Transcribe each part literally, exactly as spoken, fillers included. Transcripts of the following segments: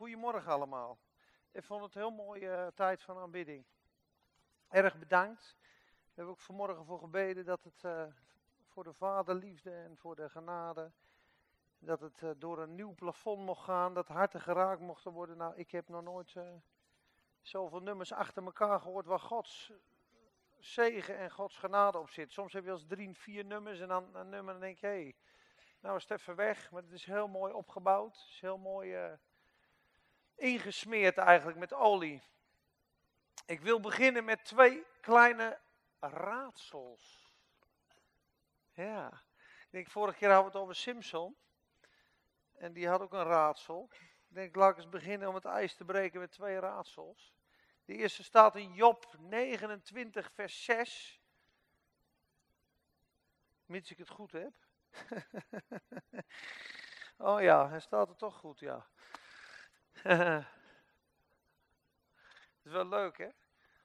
Goedemorgen allemaal. Ik vond het een heel mooie uh, tijd van aanbidding. Erg bedankt. We hebben ook vanmorgen voor gebeden dat het uh, voor de vaderliefde en voor de genade, dat het uh, door een nieuw plafond mocht gaan, dat harten geraakt mochten worden. Nou, ik heb nog nooit uh, zoveel nummers achter elkaar gehoord waar Gods zegen en Gods genade op zit. Soms heb je als drie, vier nummers en dan een nummer en dan denk je, hé, hey, nou is het even weg. Maar het is heel mooi opgebouwd. Het is heel mooi uh, ingesmeerd eigenlijk met olie. Ik wil beginnen met twee kleine raadsels. Ja, ik denk vorige keer hadden we het over Simpson. En die had ook een raadsel. Ik denk, laat ik eens beginnen om het ijs te breken met twee raadsels. De eerste staat in Job negenentwintig vers zes. Mits ik het goed heb. Oh ja, hij staat er toch goed, ja. Het is wel leuk, hè?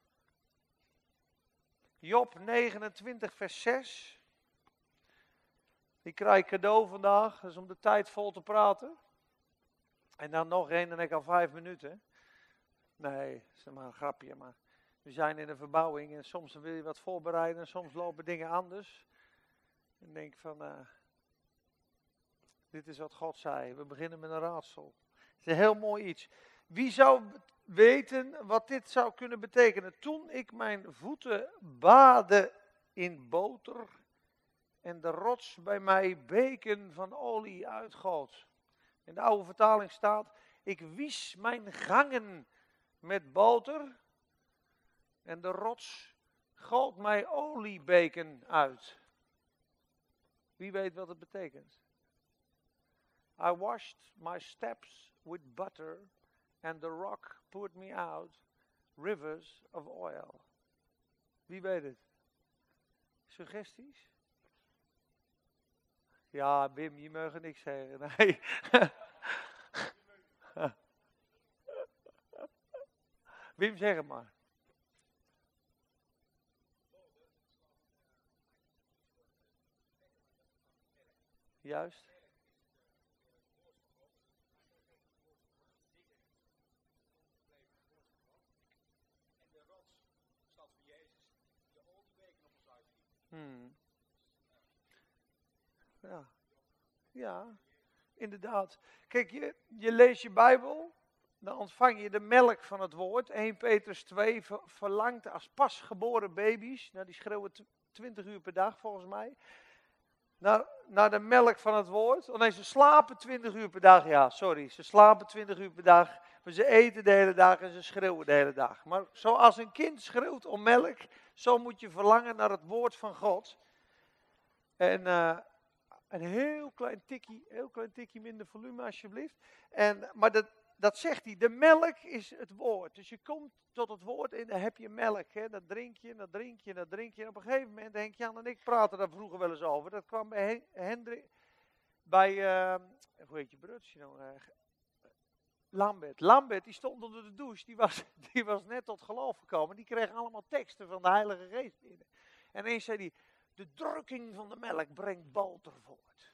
Job negenentwintig vers zes. Die krijg ik cadeau vandaag, dus om de tijd vol te praten. En dan nog één en ik al vijf minuten. Nee, dat is maar een grapje, maar we zijn in een verbouwing en soms wil je wat voorbereiden en soms lopen dingen anders. En denk van, uh, dit is wat God zei, we beginnen met een raadsel. Het is een heel mooi iets. Wie zou weten wat dit zou kunnen betekenen? Toen ik mijn voeten baadde in boter en de rots bij mij beken van olie uitgoot. In de oude vertaling staat, ik wies mijn gangen met boter en de rots goot mij oliebeken uit. Wie weet wat het betekent? I washed my steps with butter and the rock poured me out rivers of oil. Wie weet het? Suggesties? Ja, Wim, je mag niks zeggen. Nee. Wim, zeg het maar. Juist. Hmm. Ja. Ja, inderdaad. Kijk, je, je leest je Bijbel, dan ontvang je de melk van het woord. Eerste Petrus twee ver, verlangt als pasgeboren baby's, nou die schreeuwen twintig uur per dag volgens mij, naar, naar de melk van het woord. Oh nee, ze slapen twintig uur per dag, ja, sorry. Ze slapen twintig uur per dag, maar ze eten de hele dag en ze schreeuwen de hele dag. Maar zoals een kind schreeuwt om melk, zo moet je verlangen naar het woord van God. En uh, een heel klein tikkie, heel klein tikkie minder volume alsjeblieft. En, maar dat, dat zegt hij, de melk is het woord. Dus je komt tot het woord en dan heb je melk. Hè? Dat drink je, dat drink je, dat drink je. En op een gegeven moment, Henk Jan en ik praten daar vroeger wel eens over. Dat kwam bij Hendrik, bij, uh, hoe heet je broertje nou? Uh, Lambert. Lambert, die stond onder de douche, die was, die was net tot geloof gekomen. Die kreeg allemaal teksten van de Heilige Geest binnen. En eens zei hij, de drukking van de melk brengt boter voort.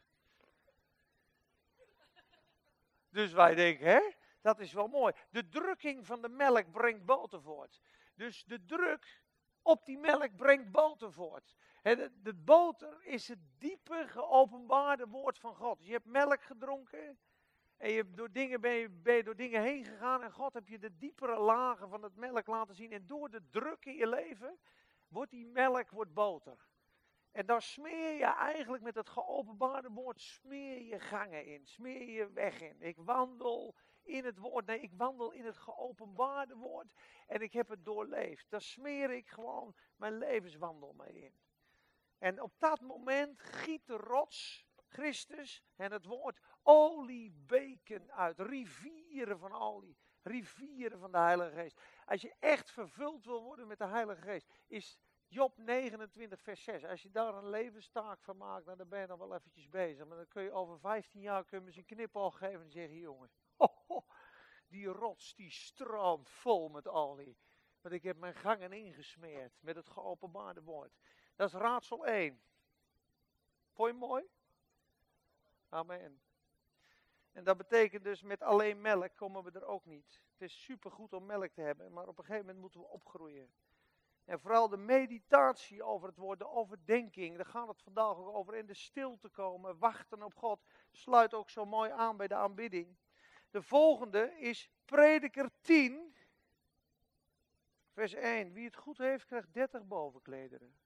Dus wij denken, hè, dat is wel mooi. De drukking van de melk brengt boter voort. Dus de druk op die melk brengt boter voort. He, de, de boter is het diepe geopenbaarde woord van God. Dus je hebt melk gedronken en je hebt door dingen, ben, je, ben je door dingen heen gegaan en God heb je de diepere lagen van het melk laten zien. En door de druk in je leven wordt die melk wordt boter. En dan smeer je eigenlijk met het geopenbaarde woord, smeer je gangen in, smeer je weg in. Ik wandel in het woord, nee, ik wandel in het geopenbaarde woord en ik heb het doorleefd. Daar smeer ik gewoon mijn levenswandel mee in. En op dat moment giet de rots, Christus en het woord, oliebeken uit, rivieren van olie, rivieren van de Heilige Geest. Als je echt vervuld wil worden met de Heilige Geest, is Job negenentwintig vers zes. Als je daar een levenstaak van maakt, dan ben je nog wel eventjes bezig. Maar dan kun je over vijftien jaar kun je ze een knipoog geven en zeggen, jongen, ho, ho, die rots die stroomt vol met olie. Want ik heb mijn gangen ingesmeerd met het geopenbaarde woord. Dat is raadsel één. Vond je mooi? Amen. En dat betekent dus met alleen melk komen we er ook niet. Het is supergoed om melk te hebben, maar op een gegeven moment moeten we opgroeien. En vooral de meditatie over het woord, de overdenking, daar gaat het vandaag ook over. In de stilte komen, wachten op God, sluit ook zo mooi aan bij de aanbidding. De volgende is Prediker tien, vers één. Wie het goed heeft, krijgt dertig bovenklederen.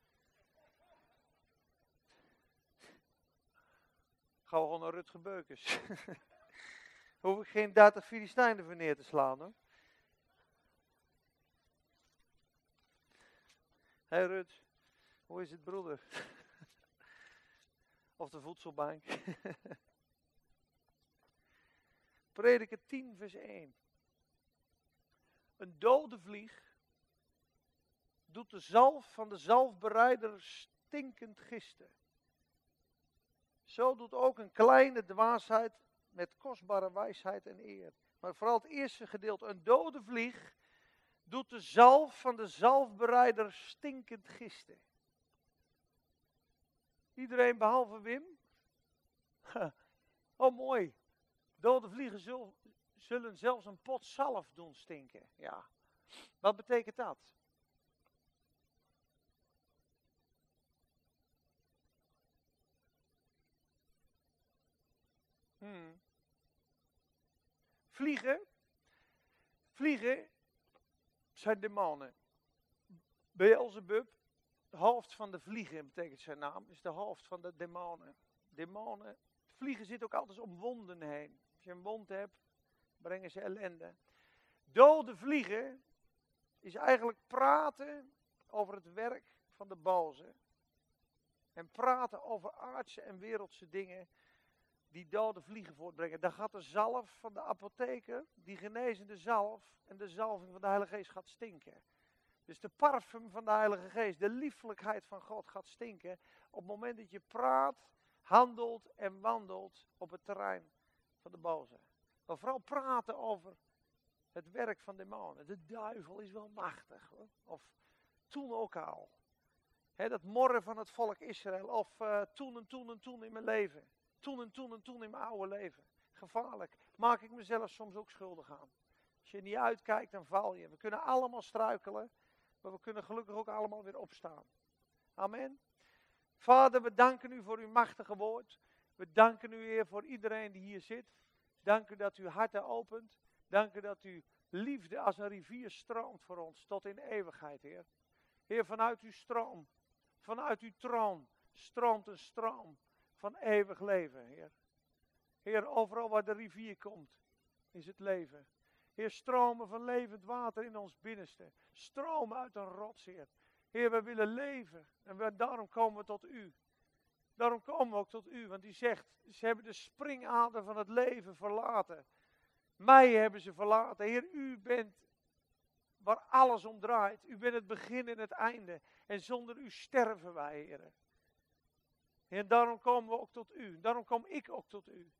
Gaan we gewoon naar Rutger Beukers. Hoef ik geen dertig Filistijnen voor neer te slaan, hoor. Hé hey Rut, hoe is het broeder? Of de voedselbank. Prediker tien vers één. Een dode vlieg doet de zalf van de zalfbereider stinkend gisten. Zo doet ook een kleine dwaasheid met kostbare wijsheid en eer. Maar vooral het eerste gedeelte, een dode vlieg doet de zalf van de zalfbereider stinkend gisten. Iedereen behalve Wim? Oh mooi. Dode vliegen zullen, zullen zelfs een pot zalf doen stinken. Ja. Wat betekent dat? Hmm. Vliegen. Vliegen zijn demonen. Beelzebub, de hoofd van de vliegen betekent zijn naam, is de hoofd van de demonen. Demonen, vliegen zitten ook altijd om wonden heen. Als je een wond hebt, brengen ze ellende. Dode vliegen is eigenlijk praten over het werk van de boze. En praten over aardse en wereldse dingen die dode vliegen voortbrengen. Dan gaat de zalf van de apotheker, die genezende zalf en de zalving van de Heilige Geest gaat stinken. Dus de parfum van de Heilige Geest, de liefelijkheid van God gaat stinken op het moment dat je praat, handelt en wandelt op het terrein van de boze. Maar vooral praten over het werk van demonen. De duivel is wel machtig, hoor. Of toen ook al. He, dat morren van het volk Israël. Of uh, toen en toen en toen in mijn leven. Toen en toen en toen in mijn oude leven. Gevaarlijk. Maak ik mezelf soms ook schuldig aan. Als je niet uitkijkt, dan val je. We kunnen allemaal struikelen. Maar we kunnen gelukkig ook allemaal weer opstaan. Amen. Vader, we danken u voor uw machtige woord. We danken u, Heer, voor iedereen die hier zit. Dank u dat u harten opent. Dank u dat uw liefde als een rivier stroomt voor ons tot in eeuwigheid, Heer. Heer, vanuit uw stroom, vanuit uw troon, stroomt een stroom van eeuwig leven, Heer. Heer, overal waar de rivier komt, is het leven. Heer, stromen van levend water in ons binnenste. Stromen uit een rots, Heer. Heer, we willen leven en we, daarom komen we tot u. Daarom komen we ook tot u, want u zegt, ze hebben de springader van het leven verlaten. Mij hebben ze verlaten. Heer, u bent waar alles om draait. U bent het begin en het einde. En zonder u sterven wij, Heer. En daarom komen we ook tot u. Daarom kom ik ook tot u.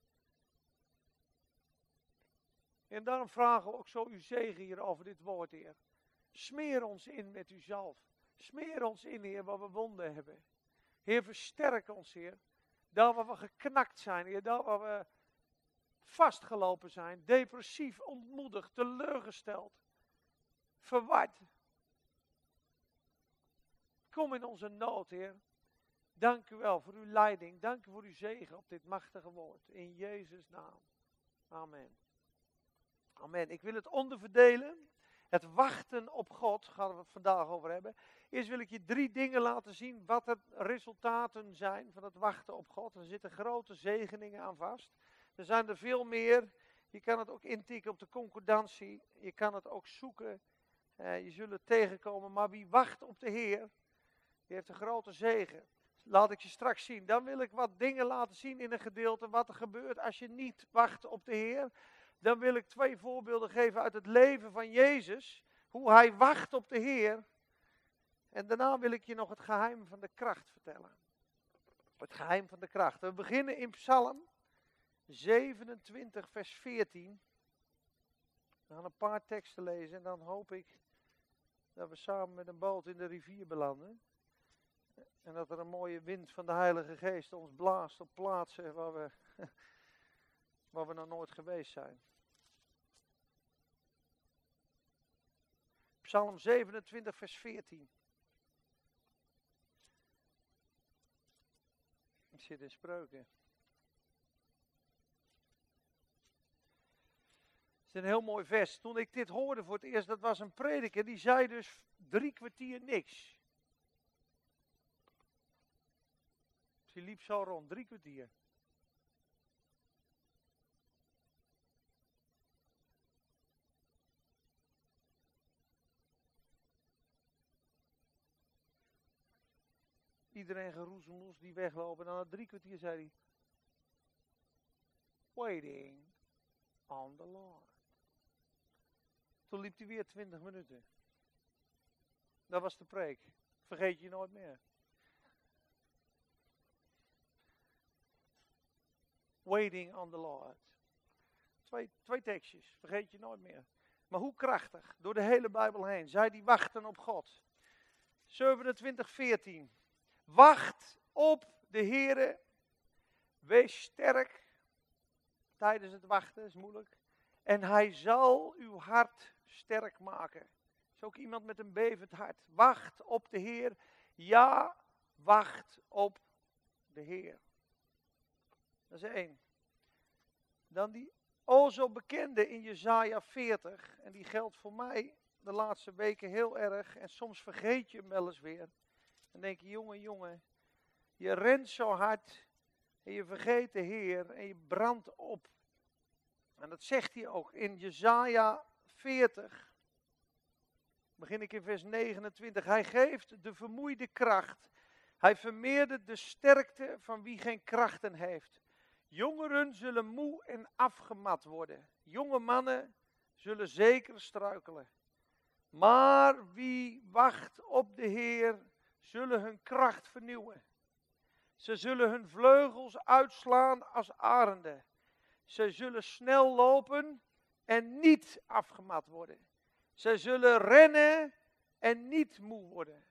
En daarom vragen we ook zo uw zegen hier over dit woord, Heer. Smeer ons in met uw zalf. Smeer ons in, Heer, waar we wonden hebben. Heer, versterk ons, Heer. Daar waar we geknakt zijn, Heer. Daar waar we vastgelopen zijn. Depressief, ontmoedigd, teleurgesteld. Verward. Kom in onze nood, Heer. Dank u wel voor uw leiding. Dank u voor uw zegen op dit machtige woord. In Jezus' naam. Amen. Amen. Ik wil het onderverdelen. Het wachten op God gaan we het vandaag over hebben. Eerst wil ik je drie dingen laten zien wat de resultaten zijn van het wachten op God. Er zitten grote zegeningen aan vast. Er zijn er veel meer. Je kan het ook intikken op de concordantie. Je kan het ook zoeken. Uh, je zult het tegenkomen. Maar wie wacht op de Heer, die heeft een grote zegen. Laat ik je straks zien. Dan wil ik wat dingen laten zien in een gedeelte wat er gebeurt als je niet wacht op de Heer. Dan wil ik twee voorbeelden geven uit het leven van Jezus. Hoe hij wacht op de Heer. En daarna wil ik je nog het geheim van de kracht vertellen. Het geheim van de kracht. We beginnen in Psalm zevenentwintig vers veertien. We gaan een paar teksten lezen en dan hoop ik dat we samen met een boot in de rivier belanden. En dat er een mooie wind van de Heilige Geest ons blaast op plaatsen waar we waar we nog nooit geweest zijn. Psalm zevenentwintig, vers veertien. Ik zit in Spreuken. Het is een heel mooi vers. Toen ik dit hoorde voor het eerst, dat was een prediker, die zei dus drie kwartier niks. Die liep zo rond, drie kwartier. Iedereen geroezemoes die weglopen. En na drie kwartier zei hij, waiting on the Lord. Toen liep hij weer twintig minuten. Dat was de preek. Vergeet je nooit meer. Waiting on the Lord. Twee, twee tekstjes. Vergeet je nooit meer. Maar hoe krachtig. Door de hele Bijbel heen. Zij die wachten op God. zevenentwintig, veertien. Wacht op de Heere. Wees sterk. Tijdens het wachten is moeilijk. En hij zal uw hart sterk maken. Is ook iemand met een bevend hart. Wacht op de Heer. Ja, wacht op de Heer. Dat is één. Dan die o zo bekende in Jesaja veertig. En die geldt voor mij de laatste weken heel erg. En soms vergeet je hem wel eens weer. En denk je, jongen, jongen. Je rent zo hard. En je vergeet de Heer. En je brandt op. En dat zegt hij ook in Jesaja veertig. Begin ik in vers negenentwintig. Hij geeft de vermoeide kracht. Hij vermeerdert de sterkte van wie geen krachten heeft. Jongeren zullen moe en afgemat worden. Jonge mannen zullen zeker struikelen. Maar wie wacht op de Heer, zullen hun kracht vernieuwen. Ze zullen hun vleugels uitslaan als arenden. Ze zullen snel lopen en niet afgemat worden. Ze zullen rennen en niet moe worden.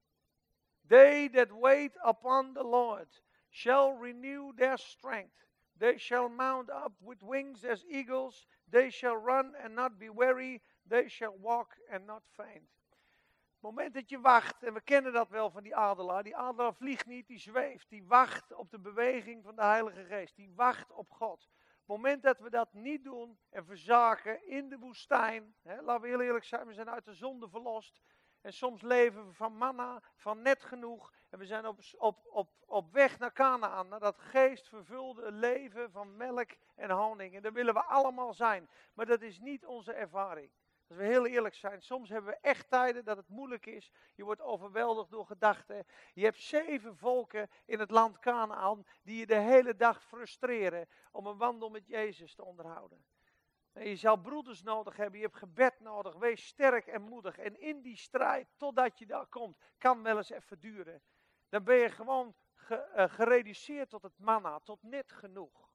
They that wait upon the Lord shall renew their strength. They shall mount up with wings as eagles. They shall run and not be weary. They shall walk and not faint. Het moment dat je wacht, en we kennen dat wel van die adelaar. Die adelaar vliegt niet, die zweeft. Die wacht op de beweging van de Heilige Geest. Die wacht op God. Het moment dat we dat niet doen en verzaken in de woestijn. Hè, laten we heel eerlijk zijn, we zijn uit de zonde verlost. En soms leven we van manna, van net genoeg. En we zijn op, op, op, op weg naar Kanaan, naar dat geestvervulde leven van melk en honing. En daar willen we allemaal zijn. Maar dat is niet onze ervaring. Als we heel eerlijk zijn, soms hebben we echt tijden dat het moeilijk is. Je wordt overweldigd door gedachten. Je hebt zeven volken in het land Kanaan die je de hele dag frustreren om een wandel met Jezus te onderhouden. En je zal broeders nodig hebben, je hebt gebed nodig. Wees sterk en moedig. En in die strijd, totdat je daar komt, kan wel eens even duren. Dan ben je gewoon ge, uh, gereduceerd tot het manna, tot net genoeg.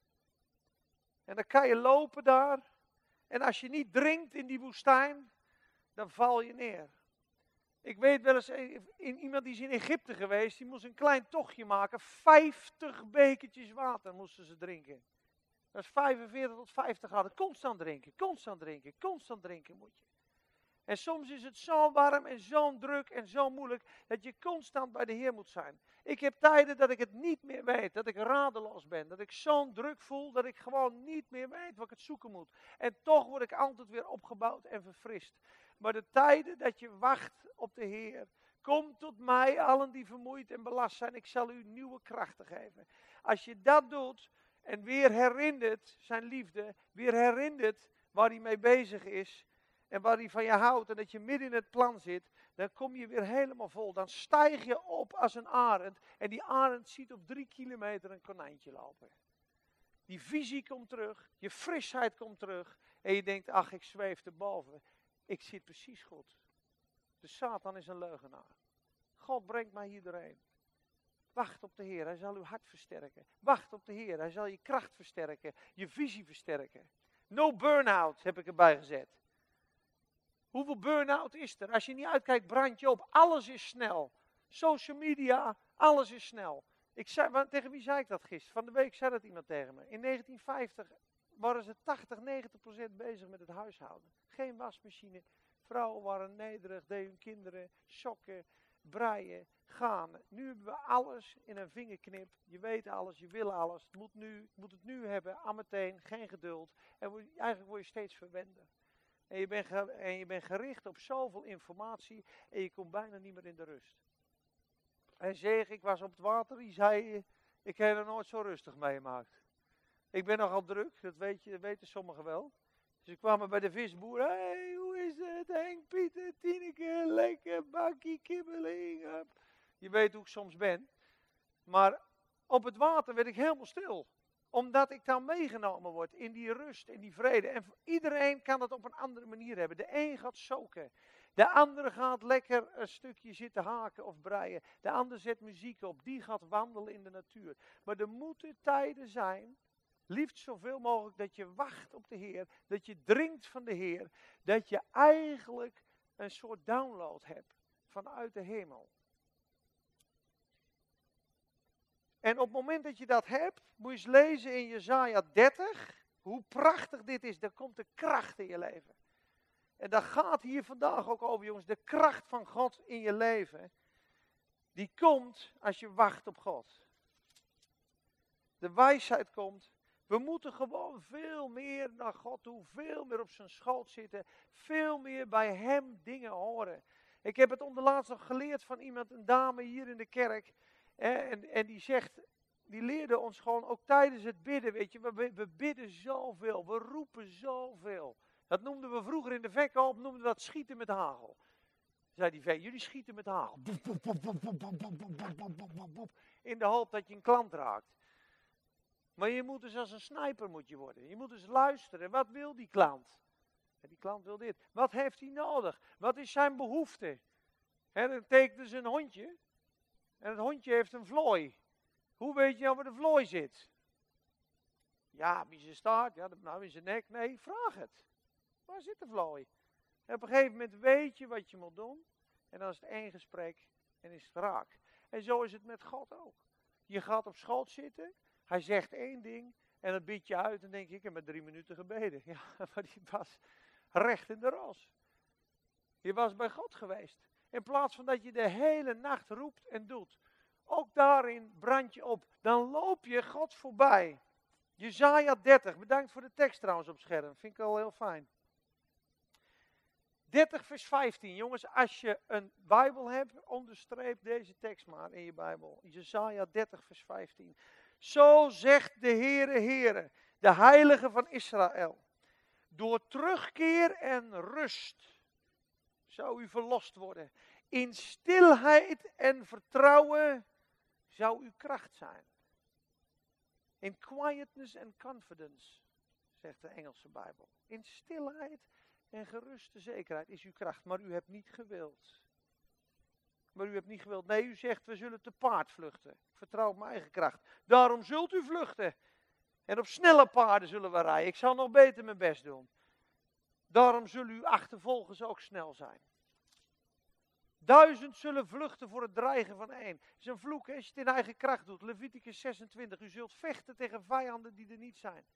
En dan kan je lopen daar. En als je niet drinkt in die woestijn, dan val je neer. Ik weet wel eens, in iemand die is in Egypte geweest, die moest een klein tochtje maken. vijftig bekertjes water moesten ze drinken. Dat is vijfenveertig tot vijftig graden. Constant drinken, constant drinken, constant drinken moet je. En soms is het zo warm en zo druk en zo moeilijk dat je constant bij de Heer moet zijn. Ik heb tijden dat ik het niet meer weet, dat ik radeloos ben, dat ik zo'n druk voel dat ik gewoon niet meer weet wat ik het zoeken moet. En toch word ik altijd weer opgebouwd en verfrist. Maar de tijden dat je wacht op de Heer, kom tot mij allen die vermoeid en belast zijn, ik zal u nieuwe krachten geven. Als je dat doet en weer herinnert zijn liefde, weer herinnert waar hij mee bezig is, en waar hij van je houdt en dat je midden in het plan zit, dan kom je weer helemaal vol. Dan stijg je op als een arend. En die arend ziet op drie kilometer een konijntje lopen. Die visie komt terug, je frisheid komt terug. En je denkt, ach, ik zweef erboven. Ik zit precies goed. De Satan is een leugenaar. God brengt mij hier doorheen. Wacht op de Heer, hij zal uw hart versterken. Wacht op de Heer, hij zal je kracht versterken. Je visie versterken. No burn-out heb ik erbij gezet. Hoeveel burn-out is er? Als je niet uitkijkt, brand je op. Alles is snel. Social media, alles is snel. Ik zei, want tegen wie zei ik dat gisteren? Van de week zei dat iemand tegen me. In negentien vijftig waren ze tachtig, negentig procent bezig met het huishouden. Geen wasmachine. Vrouwen waren nederig, deden hun kinderen sokken, breien, gaan. Nu hebben we alles in een vingerknip. Je weet alles, je wil alles. Het moet, nu, moet het nu hebben, aan meteen, geen geduld. En word, eigenlijk word je steeds verwender. En je, bent ge, en je bent gericht op zoveel informatie en je komt bijna niet meer in de rust. En zeg, ik was op het water, die zei, ik heb er nooit zo rustig meegemaakt. Ik ben nogal druk, dat weet je, weten sommigen wel. Dus ik kwam bij de visboer, hé, hey, hoe is het, Henk, Pieter, Tineke, lekker bakkie, kibbeling. Je weet hoe ik soms ben. Maar op het water werd ik helemaal stil. Omdat ik dan meegenomen word in die rust, in die vrede. En iedereen kan dat op een andere manier hebben. De een gaat soken. De andere gaat lekker een stukje zitten haken of breien. De ander zet muziek op. Die gaat wandelen in de natuur. Maar er moeten tijden zijn, liefst zoveel mogelijk, dat je wacht op de Heer. Dat je drinkt van de Heer. Dat je eigenlijk een soort download hebt vanuit de hemel. En op het moment dat je dat hebt, moet je eens lezen in Jesaja dertig. Hoe prachtig dit is. Er komt de kracht in je leven. En daar gaat hier vandaag ook over, jongens. De kracht van God in je leven. Die komt als je wacht op God. De wijsheid komt. We moeten gewoon veel meer naar God toe. Veel meer op zijn schoot zitten. Veel meer bij hem dingen horen. Ik heb het onderlaatst nog geleerd van iemand, een dame hier in de kerk. En, en die zegt, die leerde ons gewoon ook tijdens het bidden, weet je. We, we bidden zoveel. We roepen zoveel. Dat noemden we vroeger in de verkoop, noemden we dat schieten met hagel. Zei die vent, jullie schieten met hagel. In de hoop dat je een klant raakt. Maar je moet dus als een sniper moet je worden. Je moet dus luisteren. Wat wil die klant? En die klant wil dit. Wat heeft hij nodig? Wat is zijn behoefte? En dan tekent ze een hondje. En het hondje heeft een vlooi. Hoe weet je nou waar de vlooi zit? Ja, wie ze staart? Ja, nou in zijn nek. Nee, vraag het. Waar zit de vlooi? En op een gegeven moment weet je wat je moet doen. En dan is het één gesprek en is het raak. En zo is het met God ook. Je gaat op schoot zitten. Hij zegt één ding. En dan bid je uit en denk je, ik heb maar drie minuten gebeden. Ja, maar die was recht in de ros. Je was bij God geweest. In plaats van dat je de hele nacht roept en doet. Ook daarin brand je op. Dan loop je God voorbij. Jesaja dertig. Bedankt voor de tekst trouwens op het scherm. Vind ik al heel fijn. dertig vers vijftien. Jongens, als je een Bijbel hebt, onderstreep deze tekst maar in je Bijbel. Jesaja dertig vers vijftien. Zo zegt de Heere, Heere, de Heilige van Israël. Door terugkeer en rust zou u verlost worden. In stilheid en vertrouwen zou uw kracht zijn. In quietness and confidence, zegt de Engelse Bijbel. In stilheid en geruste zekerheid is uw kracht. Maar u hebt niet gewild. Maar u hebt niet gewild. Nee, u zegt, we zullen te paard vluchten. Ik vertrouw op mijn eigen kracht. Daarom zult u vluchten. En op snelle paarden zullen we rijden. Ik zal nog beter mijn best doen. Daarom zullen uw achtervolgers ook snel zijn. Duizend zullen vluchten voor het dreigen van één. Dat is een vloek, hè, als je het in eigen kracht doet. Leviticus zesentwintig. U zult vechten tegen vijanden die er niet zijn.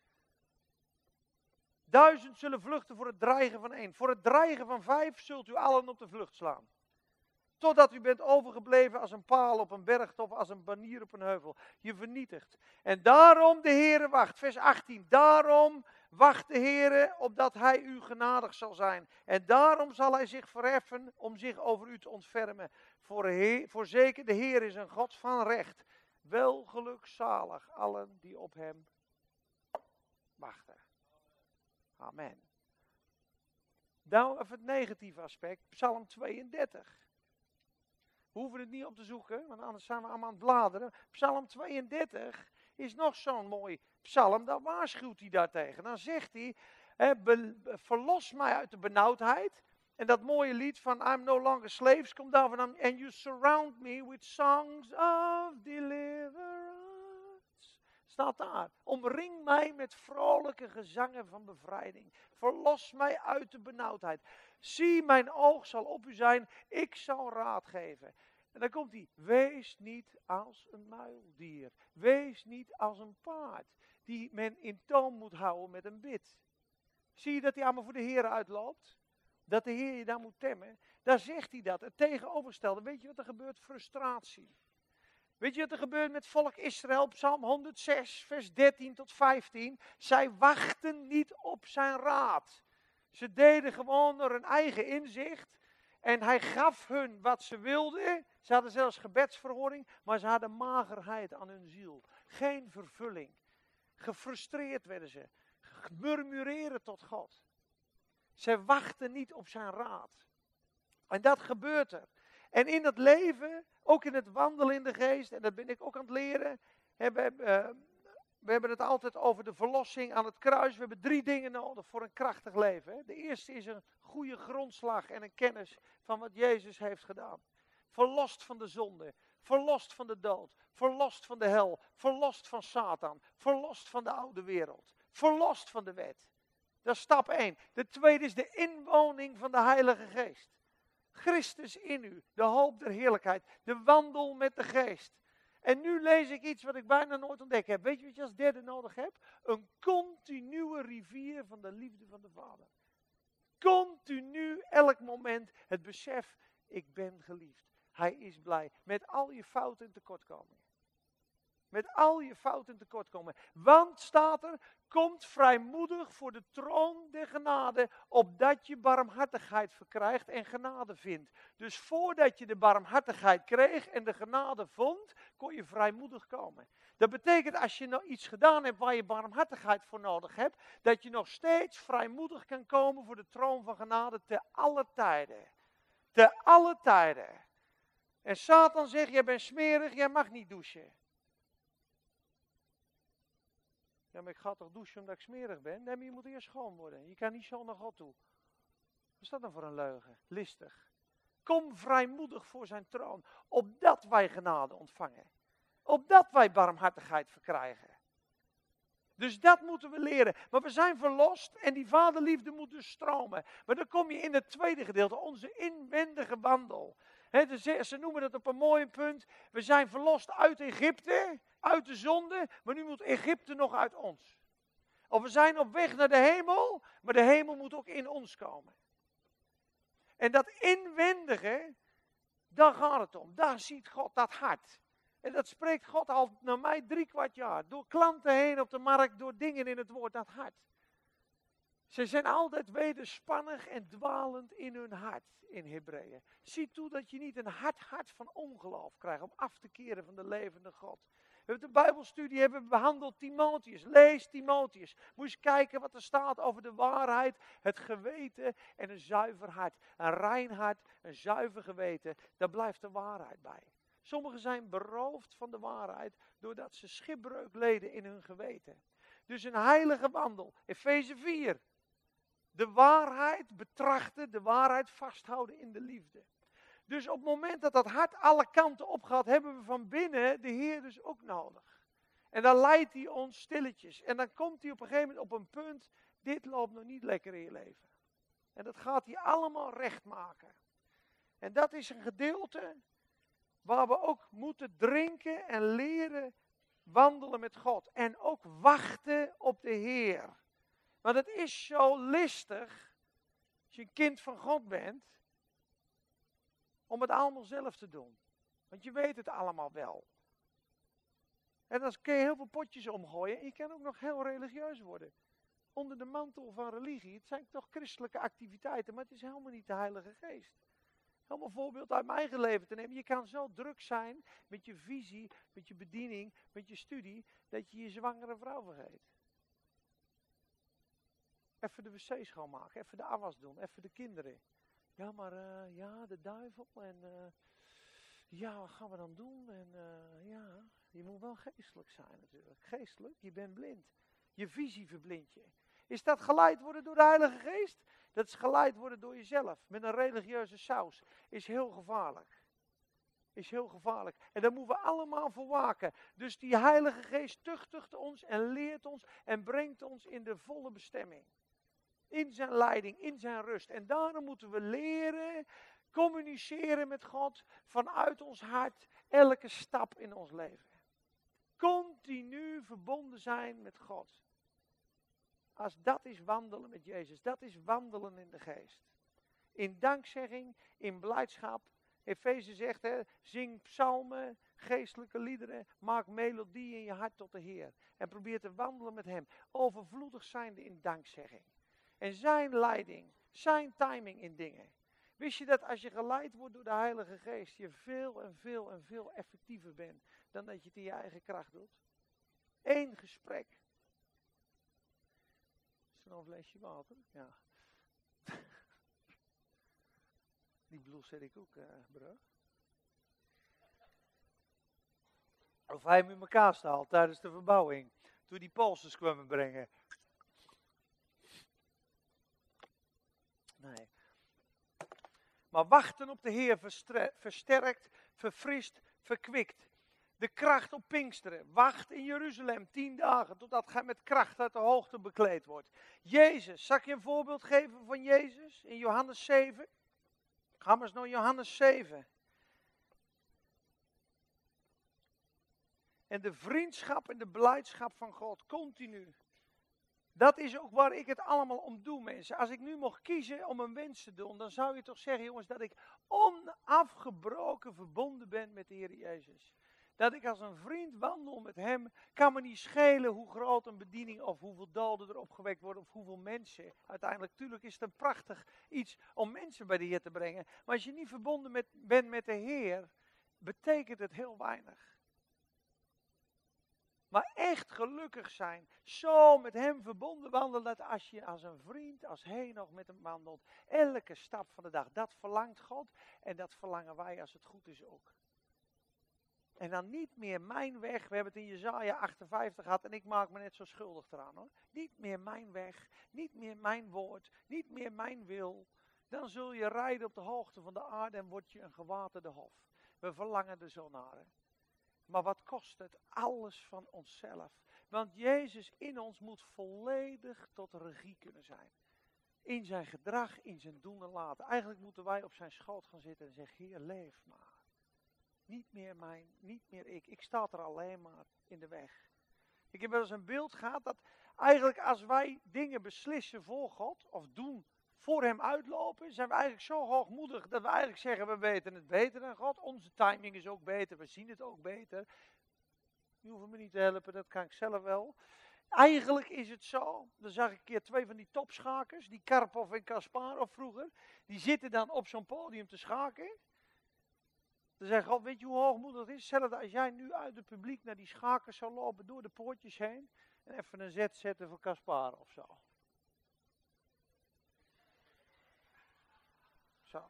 Duizend zullen vluchten voor het dreigen van één. Voor het dreigen van vijf zult u allen op de vlucht slaan. Totdat u bent overgebleven als een paal op een bergtop, als een banier op een heuvel. Je vernietigt. En daarom de Heere wacht. Vers achttien. Daarom wacht de Heere opdat hij u genadig zal zijn. En daarom zal hij zich verheffen om zich over u te ontfermen. Voor, he, voor zeker de Heer is een God van recht. Wel gelukzalig allen die op hem wachten. Amen. Nou even het negatieve aspect. Psalm tweeëndertig. We hoeven het niet op te zoeken, want anders zijn we allemaal aan het bladeren. Psalm tweeëndertig is nog zo'n mooi psalm, daar waarschuwt hij daartegen. Dan zegt hij, eh, be, verlos mij uit de benauwdheid. En dat mooie lied van I'm no longer slaves komt daarvan aan. And you surround me with songs of deliverance. Staat daar. Omring mij met vrolijke gezangen van bevrijding. Verlos mij uit de benauwdheid. Zie, mijn oog zal op u zijn. Ik zal raad geven. En dan komt hij. Wees niet als een muildier. Wees niet als een paard. Die men in toom moet houden met een bit. Zie je dat hij allemaal voor de Heer uitloopt? Dat de Heer je daar moet temmen? Daar zegt hij dat. Het tegenovergestelde. Weet je wat er gebeurt? Frustratie. Weet je wat er gebeurt met volk Israël? Psalm honderdzes, vers dertien tot vijftien. Zij wachten niet op zijn raad. Ze deden gewoon door hun eigen inzicht. En hij gaf hun wat ze wilden. Ze hadden zelfs gebedsverhoring. Maar ze hadden magerheid aan hun ziel. Geen vervulling. Gefrustreerd werden ze. Murmureren tot God. Ze wachten niet op zijn raad. En dat gebeurt er. En in het leven, ook in het wandelen in de geest, en dat ben ik ook aan het leren. Hebben, uh, we hebben het altijd over de verlossing aan het kruis. We hebben drie dingen nodig voor een krachtig leven. Hè. De eerste is een goede grondslag en een kennis van wat Jezus heeft gedaan. Verlost van de zonde, verlost van de dood, verlost van de hel, verlost van Satan, verlost van de oude wereld, verlost van de wet. Dat is stap één. De tweede is de inwoning van de Heilige Geest. Christus in u, de hoop der heerlijkheid, de wandel met de geest. En nu lees ik iets wat ik bijna nooit ontdekt heb. Weet je wat je als derde nodig hebt? Een continue rivier van de liefde van de Vader. Continu, elk moment, het besef, ik ben geliefd. Hij is blij, met al je fouten en tekortkomingen. Met al je fouten en tekortkomingen. Want, staat er, komt vrijmoedig voor de troon der genade, opdat je barmhartigheid verkrijgt en genade vindt. Dus voordat je de barmhartigheid kreeg en de genade vond, kon je vrijmoedig komen. Dat betekent, als je nou iets gedaan hebt waar je barmhartigheid voor nodig hebt, dat je nog steeds vrijmoedig kan komen voor de troon van genade te alle tijden. Te alle tijden. En Satan zegt, jij bent smerig, jij mag niet douchen. Ja, maar ik ga toch douchen omdat ik smerig ben? Nee, maar je moet eerst schoon worden. Je kan niet zo naar God toe. Wat is dat dan voor een leugen? Listig. Kom vrijmoedig voor zijn troon. Opdat wij genade ontvangen. Opdat wij barmhartigheid verkrijgen. Dus dat moeten we leren. Maar we zijn verlost en die vaderliefde moet dus stromen. Maar dan kom je in het tweede gedeelte, onze inwendige wandel. He, dus ze noemen dat op een mooi punt. We zijn verlost uit Egypte, uit de zonde, maar nu moet Egypte nog uit ons. Of we zijn op weg naar de hemel, maar de hemel moet ook in ons komen. En dat inwendige, daar gaat het om. Daar ziet God dat hart. En dat spreekt God al naar mij drie kwart jaar. Door klanten heen op de markt, door dingen in het woord, dat hart. Ze zijn altijd wederspannig en dwalend in hun hart, in Hebreeën. Zie toe dat je niet een hard hart van ongeloof krijgt om af te keren van de levende God. We hebben de Bijbelstudie hebben behandeld Timotheus. Lees Timotheus. Moet eens kijken wat er staat over de waarheid, het geweten en een zuiver hart. Een rein hart, een zuiver geweten, daar blijft de waarheid bij. Sommigen zijn beroofd van de waarheid doordat ze schipbreuk leden in hun geweten. Dus een heilige wandel. Efeze vier. De waarheid betrachten, de waarheid vasthouden in de liefde. Dus op het moment dat dat hart alle kanten opgaat, hebben we van binnen de Heer dus ook nodig. En dan leidt hij ons stilletjes. En dan komt hij op een gegeven moment op een punt, dit loopt nog niet lekker in je leven. En dat gaat hij allemaal recht maken. En dat is een gedeelte waar we ook moeten drinken en leren wandelen met God. En ook wachten op de Heer. Want het is zo listig, als je een kind van God bent, om het allemaal zelf te doen. Want je weet het allemaal wel. En dan kun je heel veel potjes omgooien en je kan ook nog heel religieus worden. Onder de mantel van religie, het zijn toch christelijke activiteiten, maar het is helemaal niet de Heilige Geest. Om een voorbeeld uit mijn eigen leven te nemen. Je kan zo druk zijn met je visie, met je bediening, met je studie, dat je je zwangere vrouw vergeet. Even de wc schoonmaken, even de afwas doen, even de kinderen. Ja, maar uh, ja, de duivel en uh, ja, wat gaan we dan doen? En uh, ja, je moet wel geestelijk zijn natuurlijk. Geestelijk, je bent blind. Je visie verblindt je. Is dat geleid worden door de Heilige Geest? Dat is geleid worden door jezelf, met een religieuze saus. Is heel gevaarlijk. Is heel gevaarlijk. En daar moeten we allemaal voor waken. Dus die Heilige Geest tuchtigt ons en leert ons en brengt ons in de volle bestemming. In zijn leiding, in zijn rust. En daarom moeten we leren Communiceren met God vanuit ons hart, elke stap in ons leven. Continu verbonden zijn met God. Als dat is wandelen met Jezus, dat is wandelen in de geest. In dankzegging, in blijdschap. Efeze zegt, hè, zing psalmen, geestelijke liederen, maak melodie in je hart tot de Heer. En probeer te wandelen met hem. Overvloedig zijnde in dankzegging. En zijn leiding, zijn timing in dingen. Wist je dat als je geleid wordt door de Heilige Geest, je veel en veel en veel effectiever bent dan dat je het in je eigen kracht doet? Eén gesprek. Is er nog een flesje water? Ja. Die blouse zet ik ook, uh, bro. Of hij hem in elkaar staat tijdens de verbouwing. Toen die Poolsters kwamen brengen. Nee. Maar wachten op de Heer versterkt, verfrist, verkwikt. De kracht op Pinksteren. Wacht in Jeruzalem tien dagen totdat gij met kracht uit de hoogte bekleed wordt. Jezus, zal ik je een voorbeeld geven van Jezus in Johannes zeven? Ga maar eens naar Johannes zeven. En de vriendschap en de blijdschap van God, continu. Dat is ook waar ik het allemaal om doe, mensen. Als ik nu mocht kiezen om een wens te doen, dan zou je toch zeggen, jongens, dat ik onafgebroken verbonden ben met de Heer Jezus. Dat ik als een vriend wandel met hem, kan me niet schelen hoe groot een bediening of hoeveel doden er opgewekt worden of hoeveel mensen. Uiteindelijk, natuurlijk is het een prachtig iets om mensen bij de Heer te brengen. Maar als je niet verbonden met, bent met de Heer, betekent het heel weinig. Maar echt gelukkig zijn, zo met hem verbonden wandelen, dat als je als een vriend, als Henoch met hem wandelt, elke stap van de dag, dat verlangt God en dat verlangen wij als het goed is ook. En dan niet meer mijn weg, we hebben het in Jesaja achtenvijftig gehad en ik maak me net zo schuldig eraan hoor. Niet meer mijn weg, niet meer mijn woord, niet meer mijn wil. Dan zul je rijden op de hoogte van de aarde en word je een gewaterde hof. We verlangen er zo naar. Hè? Maar wat kost het? Alles van onszelf. Want Jezus in ons moet volledig tot regie kunnen zijn. In zijn gedrag, in zijn doen en laten. Eigenlijk moeten wij op zijn schoot gaan zitten en zeggen, Heer, leef maar. Niet meer mijn, niet meer ik. Ik sta er alleen maar in de weg. Ik heb wel eens een beeld gehad dat eigenlijk als wij dingen beslissen voor God, of doen voor hem uitlopen, zijn we eigenlijk zo hoogmoedig dat we eigenlijk zeggen, we weten het beter dan God. Onze timing is ook beter, we zien het ook beter. Je hoeft me niet te helpen, dat kan ik zelf wel. Eigenlijk is het zo, dan zag ik een keer twee van die topschakers, die Karpov en Kasparov vroeger, die zitten dan op zo'n podium te schaken. Dan zei God, weet je hoe hoogmoedig het is? Hetzelfde als jij nu uit het publiek naar die schakers zou lopen, door de poortjes heen, en even een zet zetten voor Kasparov of zo. Zo.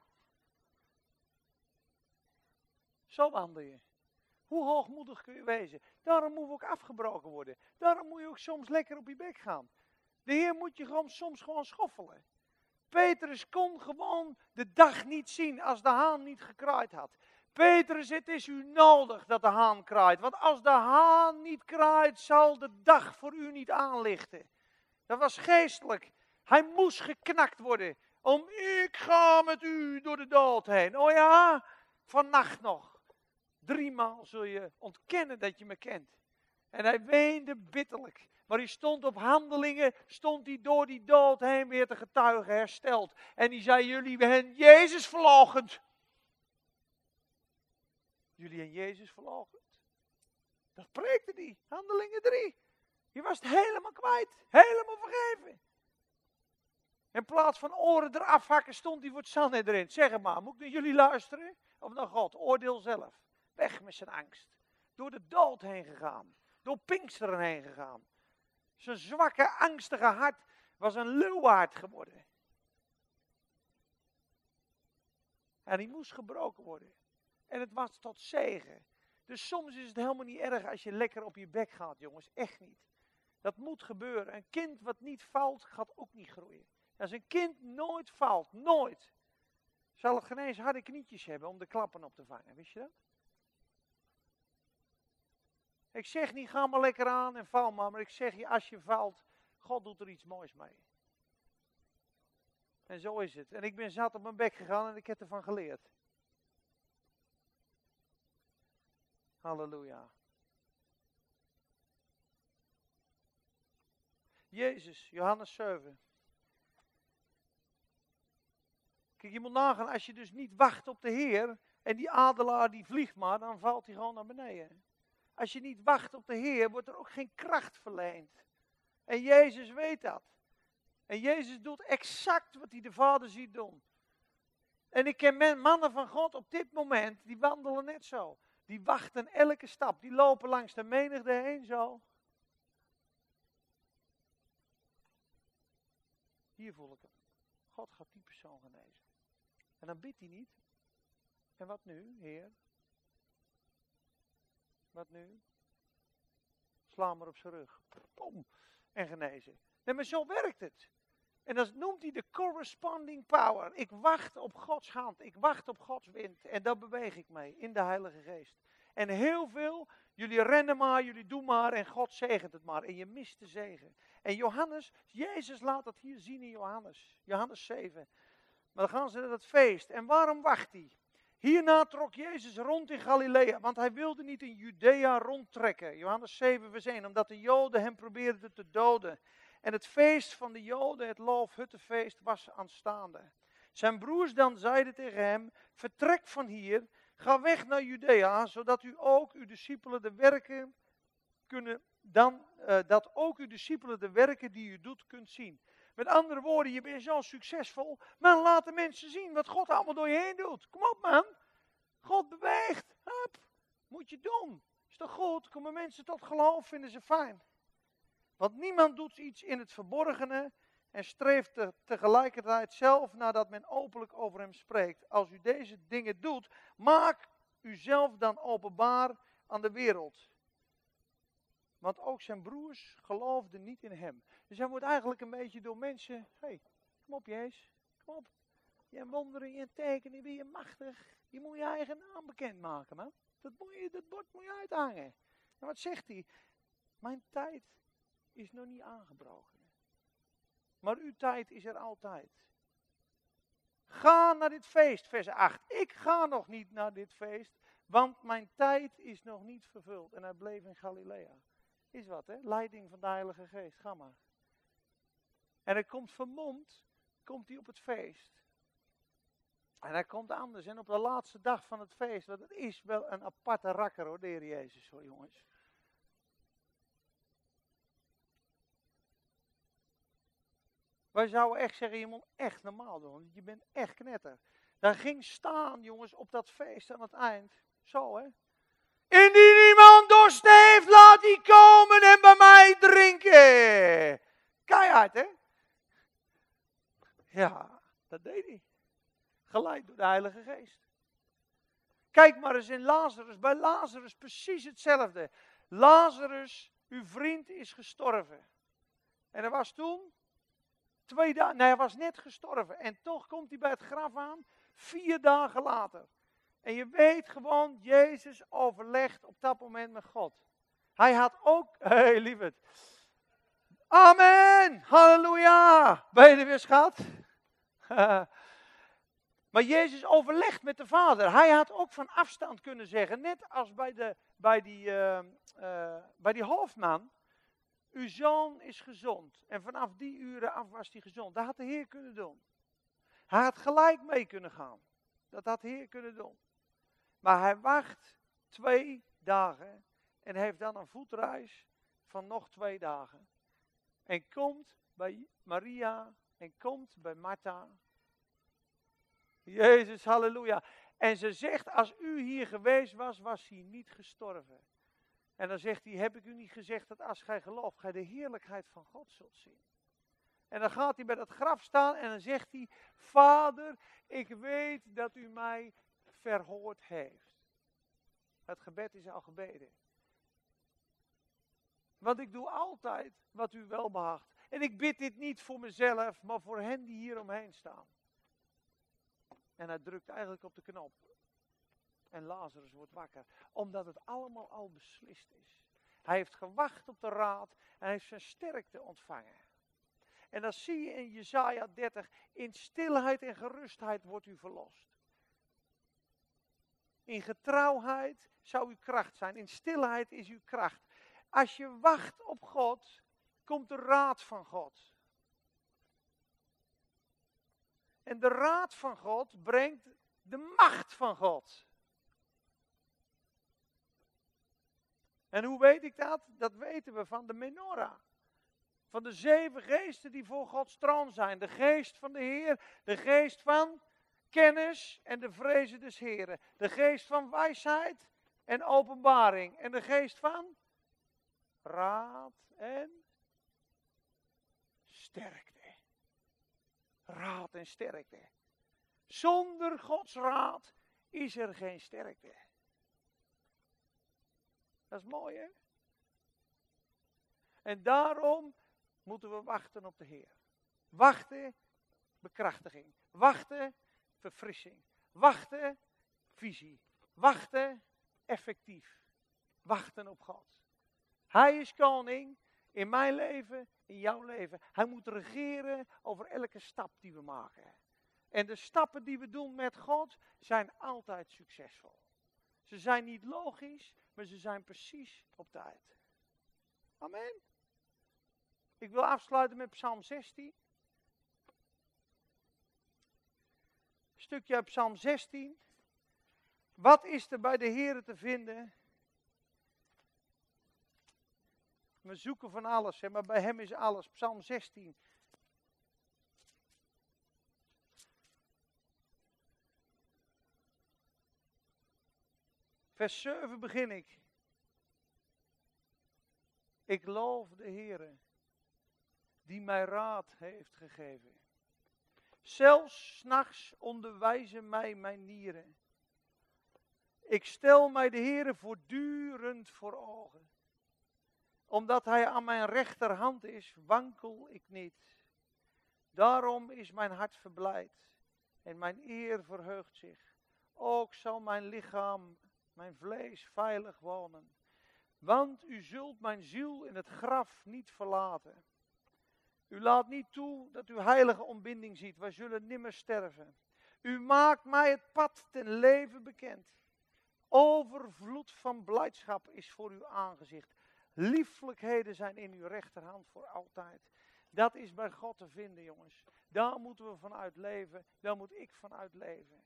Zo wandel je. Hoe hoogmoedig kun je wezen? Daarom moet we ook afgebroken worden. Daarom moet je ook soms lekker op je bek gaan. De Heer moet je gewoon soms gewoon schoffelen. Petrus kon gewoon de dag niet zien als de haan niet gekraaid had. Petrus, het is u nodig dat de haan kraait. Want als de haan niet kraait, zal de dag voor u niet aanlichten. Dat was geestelijk. Hij moest geknakt worden. Om ik ga met u door de dood heen. Oh ja, vannacht nog. Driemaal zul je ontkennen dat je me kent. En hij weende bitterlijk. Maar hij stond op handelingen, stond hij door die dood heen weer te getuigen, hersteld. En hij zei, jullie hebben Jezus verloochend. Jullie hebben Jezus verloochend. Dat preekte hij, handelingen drie. Je was het helemaal kwijt, helemaal vergeven. In plaats van oren eraf hakken, stond hij voor het zand erin. Zeg het maar, moet ik naar jullie luisteren? Of naar God? Oordeel zelf. Weg met zijn angst. Door de dood heen gegaan. Door Pinksteren heen gegaan. Zijn zwakke, angstige hart was een luwaard geworden. En die moest gebroken worden. En het was tot zegen. Dus soms is het helemaal niet erg als je lekker op je bek gaat, jongens. Echt niet. Dat moet gebeuren. Een kind wat niet valt, gaat ook niet groeien. Als een kind nooit valt, nooit, zal het geen eens harde knietjes hebben om de klappen op te vangen. Wist je dat? Ik zeg niet, ga maar lekker aan en val maar. Maar ik zeg je, als je valt, God doet er iets moois mee. En zo is het. En ik ben zat op mijn bek gegaan en ik heb ervan geleerd. Halleluja. Jezus, Johannes zeven. Kijk, je moet nagaan, als je dus niet wacht op de Heer, en die adelaar die vliegt maar, dan valt hij gewoon naar beneden. Als je niet wacht op de Heer, wordt er ook geen kracht verleend. En Jezus weet dat. En Jezus doet exact wat hij de Vader ziet doen. En ik ken men, mannen van God op dit moment, die wandelen net zo. Die wachten elke stap, die lopen langs de menigte heen zo. Hier voel ik hem. God gaat die persoon genezen. En dan bidt hij niet. En wat nu, Heer? Wat nu? Sla maar op zijn rug. Pom. En genezen. Nee, maar zo werkt het. En dat noemt hij de corresponding power. Ik wacht op Gods hand. Ik wacht op Gods wind. En daar beweeg ik mee in de Heilige Geest. En heel veel, jullie rennen maar, jullie doen maar en God zegent het maar. En je mist de zegen. En Johannes, Jezus laat dat hier zien in Johannes. Johannes zeven. Maar dan gaan ze naar het feest. En waarom wacht hij? Hierna trok Jezus rond in Galilea, want hij wilde niet in Judea rondtrekken. Johannes zeven vers één, omdat de Joden hem probeerden te doden. En het feest van de Joden, het Loofhuttenfeest, was aanstaande. Zijn broers dan zeiden tegen hem, vertrek van hier, ga weg naar Judea, zodat u ook uw discipelen de werken kunnen, dan, uh, dat ook uw discipelen de werken die u doet kunt zien. Met andere woorden, je bent zo succesvol, maar laat de mensen zien wat God allemaal door je heen doet. Kom op man, God beweegt, hup, moet je doen. Is toch goed, komen mensen tot geloof, vinden ze fijn. Want niemand doet iets in het verborgene en streeft te, tegelijkertijd zelf nadat men openlijk over hem spreekt. Als u deze dingen doet, maak uzelf dan openbaar aan de wereld. Want ook zijn broers geloofden niet in hem. Dus hij wordt eigenlijk een beetje door mensen, hé, hey, kom op Jezus, kom op. Je wonderen, je tekenen, ben je machtig. Je moet je eigen naam bekendmaken, man. Dat, moet je, dat bord moet je uithangen. En wat zegt hij? Mijn tijd is nog niet aangebroken. Maar uw tijd is er altijd. Ga naar dit feest, vers acht. Ik ga nog niet naar dit feest, want mijn tijd is nog niet vervuld. En hij bleef in Galilea. Is wat, hè? Leiding van de Heilige Geest. Ga maar. En hij komt vermomd, komt hij op het feest. En hij komt anders. En op de laatste dag van het feest, want het is wel een aparte rakker hoor, de Heer Jezus, hoor jongens. Wij zouden echt zeggen, je moet echt normaal doen. Je bent echt knetter. Daar ging staan, jongens, op dat feest aan het eind. Zo, hè. Indien iemand dorst heeft, laat die komen en bij mij drinken. Keihard, hè. Ja, dat deed hij. Geleid door de Heilige Geest. Kijk maar eens in Lazarus. Bij Lazarus precies hetzelfde. Lazarus, uw vriend, is gestorven. En er was toen... Twee dagen, nee, hij was net gestorven. En toch komt hij bij het graf aan, vier dagen later. En je weet gewoon, Jezus overlegt op dat moment met God. Hij had ook, hé hey, lieverd. Amen, halleluja. Ben je er weer, schat? Maar Jezus overlegt met de Vader. Hij had ook van afstand kunnen zeggen, net als bij, de, bij, die, uh, uh, bij die hoofdman. Uw zoon is gezond. En vanaf die uren af was hij gezond. Dat had de Heer kunnen doen. Hij had gelijk mee kunnen gaan. Dat had de Heer kunnen doen. Maar hij wacht twee dagen. En heeft dan een voetreis van nog twee dagen. En komt bij Maria. En komt bij Martha. Jezus, halleluja. En ze zegt, als u hier geweest was, was hij niet gestorven. En dan zegt hij, heb ik u niet gezegd dat als gij gelooft, gij de heerlijkheid van God zult zien. En dan gaat hij bij dat graf staan en dan zegt hij, Vader, ik weet dat u mij verhoord heeft. Het gebed is al gebeden. Want ik doe altijd wat u wel behaagt. En ik bid dit niet voor mezelf, maar voor hen die hier omheen staan. En hij drukt eigenlijk op de knop. En Lazarus wordt wakker. Omdat het allemaal al beslist is. Hij heeft gewacht op de raad. En hij heeft zijn sterkte ontvangen. En dan zie je in Jesaja dertig, in stilheid en gerustheid wordt u verlost. In getrouwheid zou uw kracht zijn. In stilheid is uw kracht. Als je wacht op God, komt de raad van God. En de raad van God brengt de macht van God. En hoe weet ik dat? Dat weten we van de menorah. Van de zeven geesten die voor Gods troon zijn. De geest van de Heer, de geest van kennis en de vrezen des Heren. De geest van wijsheid en openbaring. En de geest van raad en sterkte. Raad en sterkte. Zonder Gods raad is er geen sterkte. Dat is mooi, hè? En daarom moeten we wachten op de Heer. Wachten, bekrachtiging. Wachten, verfrissing. Wachten, visie. Wachten, effectief. Wachten op God. Hij is koning in mijn leven, in jouw leven. Hij moet regeren over elke stap die we maken. En de stappen die we doen met God zijn altijd succesvol. Ze zijn niet logisch, maar ze zijn precies op tijd. Amen. Ik wil afsluiten met Psalm zestien. Een stukje uit Psalm zestien. Wat is er bij de Heere te vinden? We zoeken van alles, hè, maar bij hem is alles. Psalm zestien. Vers zeven begin ik. Ik loof de Heere, die mij raad heeft gegeven. Zelfs 's nachts onderwijzen mij mijn nieren. Ik stel mij de Heere voortdurend voor ogen. Omdat hij aan mijn rechterhand is, wankel ik niet. Daarom is mijn hart verblijd en mijn eer verheugt zich. Ook zal mijn lichaam, mijn vlees veilig wonen. Want u zult mijn ziel in het graf niet verlaten. U laat niet toe dat uw heilige ontbinding ziet. Wij zullen nimmer sterven. U maakt mij het pad ten leven bekend. Overvloed van blijdschap is voor uw aangezicht. Lieflijkheden zijn in uw rechterhand voor altijd. Dat is bij God te vinden, jongens. Daar moeten we vanuit leven. Daar moet ik vanuit leven.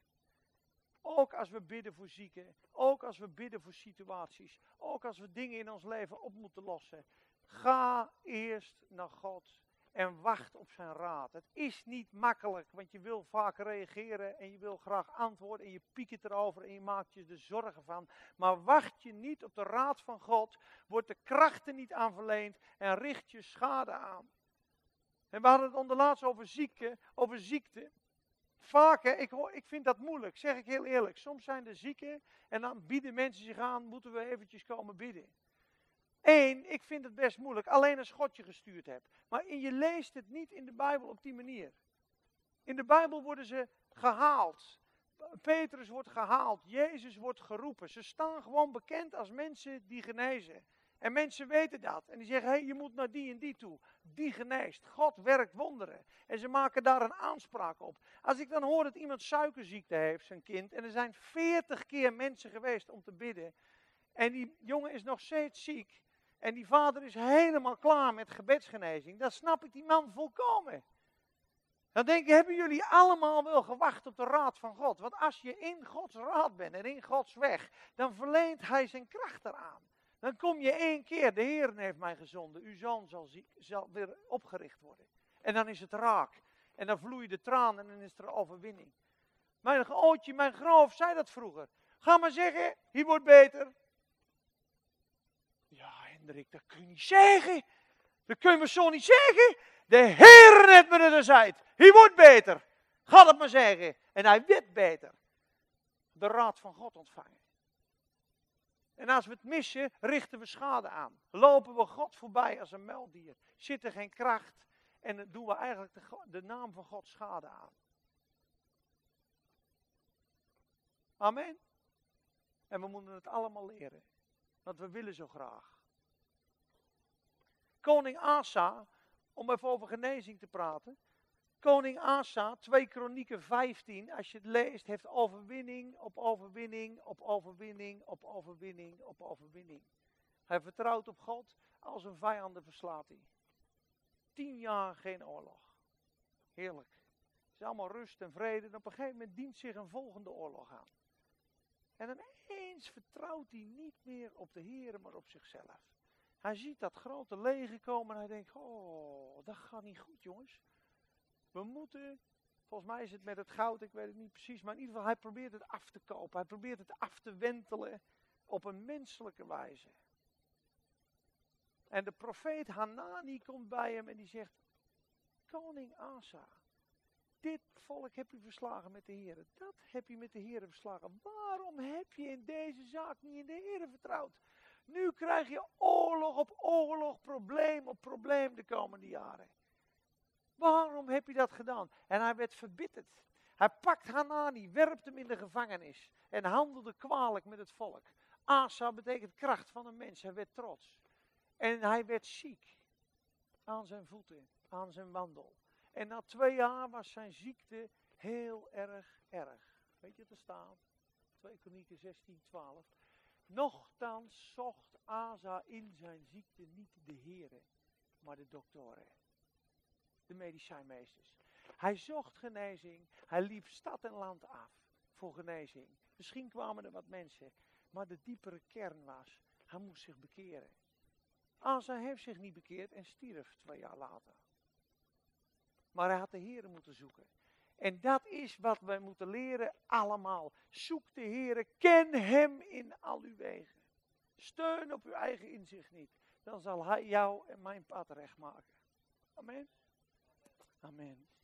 Ook als we bidden voor zieken. Ook als we bidden voor situaties. Ook als we dingen in ons leven op moeten lossen. Ga eerst naar God. En wacht op zijn raad. Het is niet makkelijk, want je wil vaak reageren en je wil graag antwoorden en je piekt erover en je maakt je er zorgen van. Maar wacht je niet op de raad van God, wordt de krachten niet aan verleend en richt je schade aan. En we hadden het onderlaatst over ziekte, over ziekte. Vaak, hè, ik, hoor, ik vind dat moeilijk, zeg ik heel eerlijk. Soms zijn er zieken en dan bieden mensen zich aan, moeten we eventjes komen bidden. Eén, ik vind het best moeilijk, alleen als God je gestuurd hebt. Maar je leest het niet in de Bijbel op die manier. In de Bijbel worden ze gehaald. Petrus wordt gehaald, Jezus wordt geroepen. Ze staan gewoon bekend als mensen die genezen. En mensen weten dat. En die zeggen, hé, hey, je moet naar die en die toe. Die geneest. God werkt wonderen. En ze maken daar een aanspraak op. Als ik dan hoor dat iemand suikerziekte heeft, zijn kind. En er zijn veertig keer mensen geweest om te bidden. En die jongen is nog steeds ziek. En die vader is helemaal klaar met gebedsgenezing. Dan snap ik die man volkomen. Dan denk ik, hebben jullie allemaal wel gewacht op de raad van God? Want als je in Gods raad bent en in Gods weg, dan verleent hij zijn kracht eraan. Dan kom je één keer, de Heer heeft mij gezonden. Uw zoon zal, ziek, zal weer opgericht worden. En dan is het raak. En dan vloeien de tranen en dan is er overwinning. Mijn ootje, mijn groof zei dat vroeger. Ga maar zeggen, hier wordt beter. Ja, Hendrik, dat kun je niet zeggen. Dat kun je me zo niet zeggen. De Heer heeft me er gezegd. Hij wordt beter. Ga dat maar zeggen. En hij werd beter. De raad van God ontvangen. En als we het missen, richten we schade aan. Lopen we God voorbij als een muildier. Zit er geen kracht. En dan doen we eigenlijk de, de naam van God schade aan. Amen. En we moeten het allemaal leren. Want we willen zo graag. Koning Asa Om even over genezing te praten. Koning Asa, twee Kronieken vijftien, als je het leest, heeft overwinning op overwinning op overwinning op overwinning op overwinning. Hij vertrouwt op God, als een vijanden verslaat hij. Tien jaar geen oorlog. Heerlijk. Het is allemaal rust en vrede. En op een gegeven moment dient zich een volgende oorlog aan. En ineens vertrouwt hij niet meer op de Heer, maar op zichzelf. Hij ziet dat grote leger komen en hij denkt, oh, dat gaat niet goed, jongens. We moeten, volgens mij is het met het goud, ik weet het niet precies, maar in ieder geval, hij probeert het af te kopen. Hij probeert het af te wentelen op een menselijke wijze. En de profeet Hanani komt bij hem en die zegt, koning Asa, dit volk heb je verslagen met de Heer. Dat heb je met de Heer verslagen. Waarom heb je in deze zaak niet in de Heer vertrouwd? Nu krijg je oorlog op oorlog, probleem op probleem de komende jaren. Waarom heb je dat gedaan? En hij werd verbitterd. Hij pakt Hanani, werpt hem in de gevangenis en handelde kwalijk met het volk. Asa betekent kracht van een mens. Hij werd trots. En hij werd ziek aan zijn voeten, aan zijn wandel. En na twee jaar was zijn ziekte heel erg erg. Weet je wat er staat? twee Kronieken zestien twaalf. Nochtans zocht Asa in zijn ziekte niet de Heere, maar de doktoren. De medicijnmeesters. Hij zocht genezing. Hij liep stad en land af voor genezing. Misschien kwamen er wat mensen. Maar de diepere kern was, hij moest zich bekeren. Asa heeft zich niet bekeerd en stierf twee jaar later. Maar hij had de Heere moeten zoeken. En dat is wat wij moeten leren allemaal. Zoek de Heere, ken hem in al uw wegen. Steun op uw eigen inzicht niet. Dan zal hij jou en mijn pad recht maken. Amen. Amen.